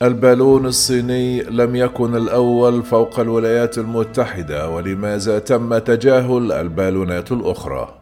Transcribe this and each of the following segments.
البالون الصيني لم يكن الأول فوق الولايات المتحدة، ولماذا تم تجاهل البالونات الأخرى؟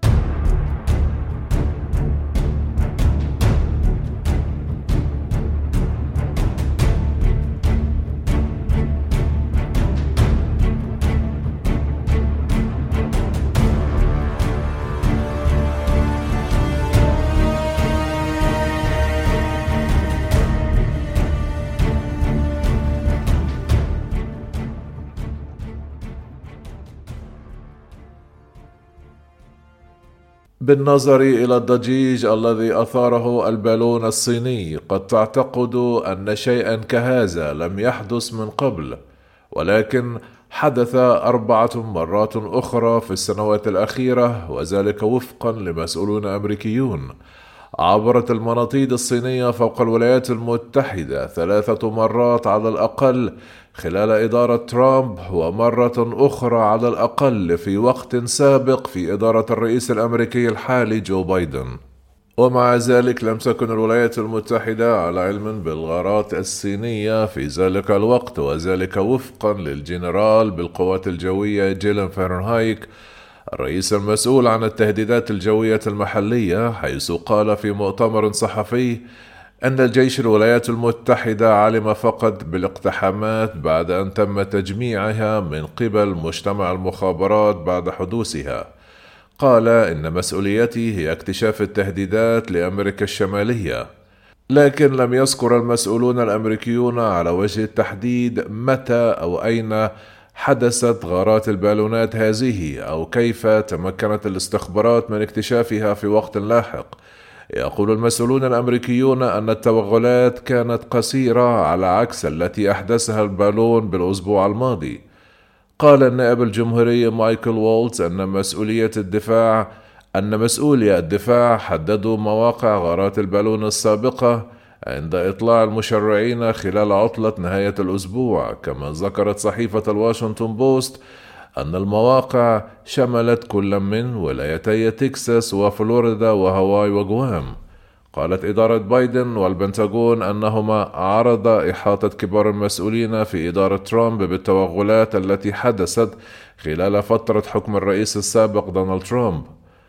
بالنظر إلى الضجيج الذي أثاره البالون الصيني، قد تعتقد أن شيئا كهذا لم يحدث من قبل، ولكن حدث 4 مرات أخرى في السنوات الأخيرة، وذلك وفقا لمسؤولون أمريكيون. عبرت المناطيد الصينية فوق الولايات المتحدة 3 مرات على الأقل خلال إدارة ترامب، ومرة أخرى على الأقل في وقت سابق في إدارة الرئيس الأمريكي الحالي جو بايدن. ومع ذلك لم تكن الولايات المتحدة على علم بالغارات الصينية في ذلك الوقت، وذلك وفقا للجنرال بالقوات الجوية جيلين فahrenheit الرئيس المسؤول عن التهديدات الجوية المحلية، حيث قال في مؤتمر صحفي أن الجيش الولايات المتحدة علم فقط بالاقتحامات بعد أن تم تجميعها من قبل مجتمع المخابرات بعد حدوثها. قال إن مسؤوليتي هي اكتشاف التهديدات لأمريكا الشمالية، لكن لم يذكر المسؤولون الأمريكيون على وجه التحديد متى أو أين حدثت غارات البالونات هذه، أو كيف تمكنت الاستخبارات من اكتشافها في وقت لاحق. يقول المسؤولون الأمريكيون أن التوغلات كانت قصيرة على عكس التي أحدثها البالون بالأسبوع الماضي. قال النائب الجمهوري مايكل والتز أن مسؤولي الدفاع حددوا مواقع غارات البالون السابقة عند إطلاع المشرعين خلال عطلة نهاية الأسبوع. كما ذكرت صحيفة الواشنطن بوست أن المواقع شملت كل من ولايتي تكساس وفلوريدا وهاواي وجوام. قالت إدارة بايدن والبنتاغون أنهما عرضا إحاطة كبار المسؤولين في إدارة ترامب بالتوغلات التي حدثت خلال فترة حكم الرئيس السابق دونالد ترامب.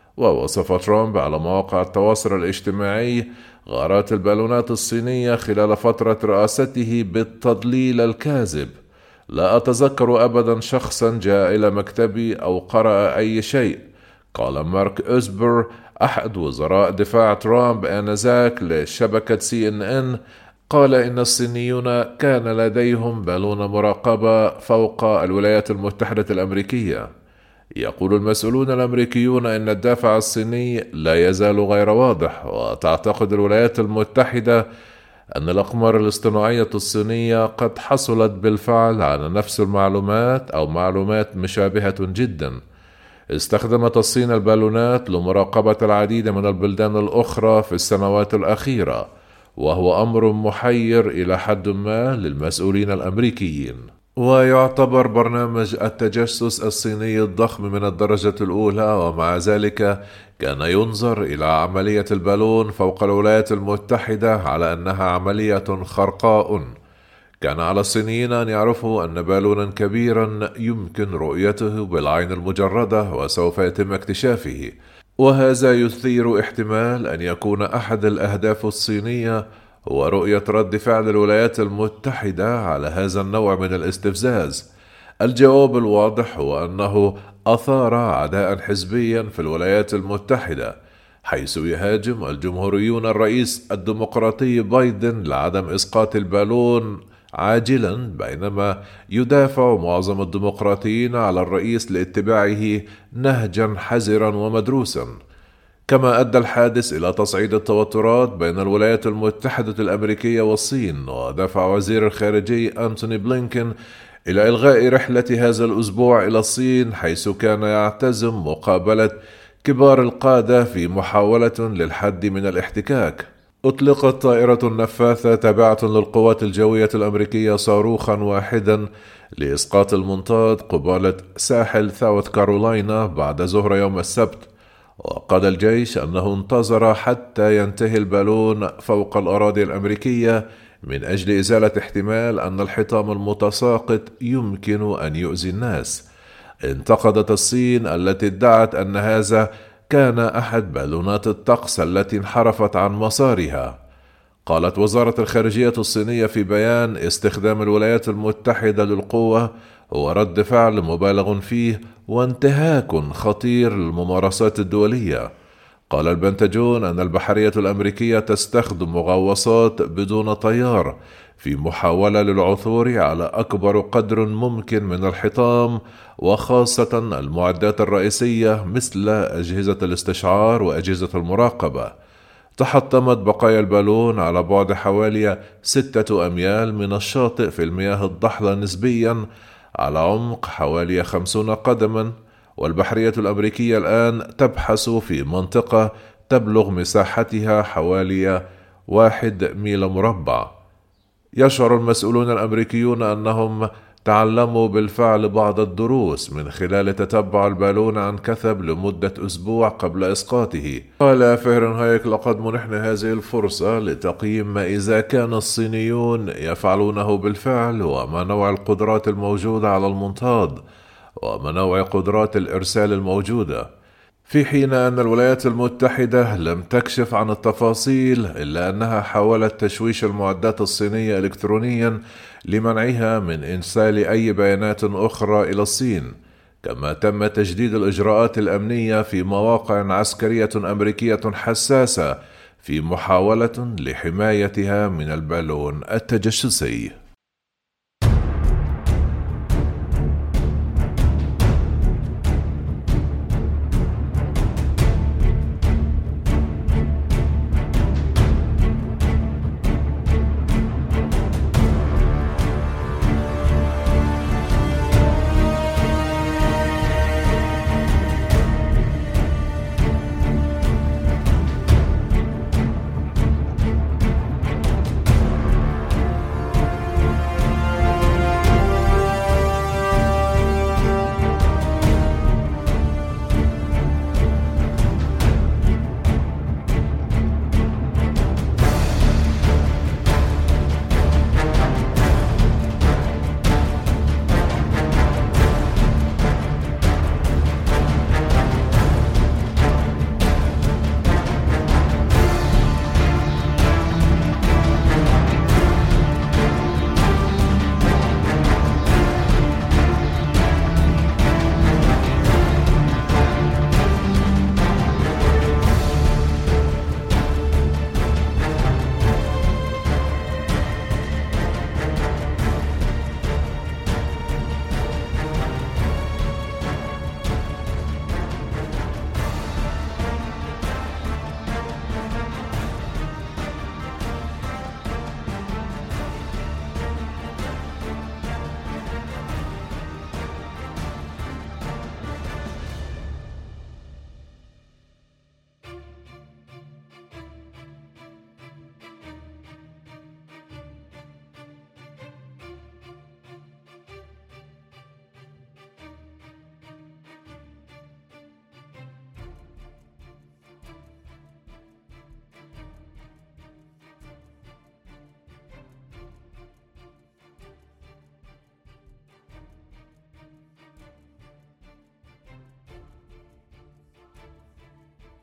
ووصف ترامب على مواقع التواصل الاجتماعي غارات البالونات الصينية خلال فترة رئاسته بالتضليل الكاذب. لا أتذكر أبدا شخصا جاء إلى مكتبي أو قرأ أي شيء، قال مارك أسبر أحد وزراء دفاع ترامب آنذاك لشبكة CNN. قال إن الصينيون كان لديهم بالون مراقبة فوق الولايات المتحدة الأمريكية. يقول المسؤولون الأمريكيون إن الدافع الصيني لا يزال غير واضح، وتعتقد الولايات المتحدة أن الأقمار الاصطناعية الصينية قد حصلت بالفعل على نفس المعلومات أو معلومات مشابهة جدا. استخدمت الصين البالونات لمراقبة العديد من البلدان الأخرى في السنوات الأخيرة، وهو أمر محير إلى حد ما للمسؤولين الأمريكيين. ويعتبر برنامج التجسس الصيني الضخم من الدرجة الأولى، ومع ذلك كان ينظر إلى عملية البالون فوق الولايات المتحدة على أنها عملية خرقاء. كان على الصينيين أن يعرفوا أن بالونا كبيرا يمكن رؤيته بالعين المجردة وسوف يتم اكتشافه، وهذا يثير احتمال أن يكون أحد الأهداف الصينية هو رؤية رد فعل الولايات المتحدة على هذا النوع من الاستفزاز. الجواب الواضح هو أنه أثار عداء حزبيا في الولايات المتحدة، حيث يهاجم الجمهوريون الرئيس الديمقراطي بايدن لعدم إسقاط البالون عاجلا، بينما يدافع معظم الديمقراطيين على الرئيس لاتباعه نهجا حذرا ومدروسا. كما أدى الحادث إلى تصعيد التوترات بين الولايات المتحدة الأمريكية والصين، ودفع وزير الخارجية أنتوني بلينكن إلى إلغاء رحلة هذا الأسبوع إلى الصين، حيث كان يعتزم مقابلة كبار القادة في محاولة للحد من الاحتكاك. أطلقت طائرة نفاثة تابعة للقوات الجوية الأمريكية صاروخا واحدا لإسقاط المنطاد قبالة ساحل ساوث كارولاينا بعد ظهر يوم السبت. وقال الجيش أنه انتظر حتى ينتهي البالون فوق الأراضي الأمريكية من أجل إزالة احتمال أن الحطام المتساقط يمكن أن يؤذي الناس. انتقدت الصين التي ادعت أن هذا كان أحد بالونات الطقس التي انحرفت عن مسارها. قالت وزارة الخارجية الصينية في بيان: استخدام الولايات المتحدة للقوة هو رد فعل مبالغ فيه وانتهاك خطير للممارسات الدولية. قال البنتاجون أن البحرية الأمريكية تستخدم غواصات بدون طيار في محاولة للعثور على أكبر قدر ممكن من الحطام، وخاصة المعدات الرئيسية مثل أجهزة الاستشعار وأجهزة المراقبة. تحطمت بقايا البالون على بعد حوالي 6 أميال من الشاطئ في المياه الضحلة نسبيا، على عمق حوالي 50 قدما. والبحرية الأمريكية الآن تبحث في منطقة تبلغ مساحتها حوالي 1 ميل مربع. يشعر المسؤولون الأمريكيون أنهم تعلموا بالفعل بعض الدروس من خلال تتبع البالون عن كثب لمدة أسبوع قبل إسقاطه. قال فهرنهايك: لقد منحنا هذه الفرصة لتقييم ما إذا كان الصينيون يفعلونه بالفعل، وما نوع القدرات الموجودة على المنطاد، وما نوع قدرات الإرسال الموجودة. في حين أن الولايات المتحدة لم تكشف عن التفاصيل، إلا أنها حاولت تشويش المعدات الصينية إلكترونيا لمنعها من إرسال أي بيانات أخرى إلى الصين. كما تم تجديد الإجراءات الأمنية في مواقع عسكرية أمريكية حساسة في محاولة لحمايتها من البالون التجسسي.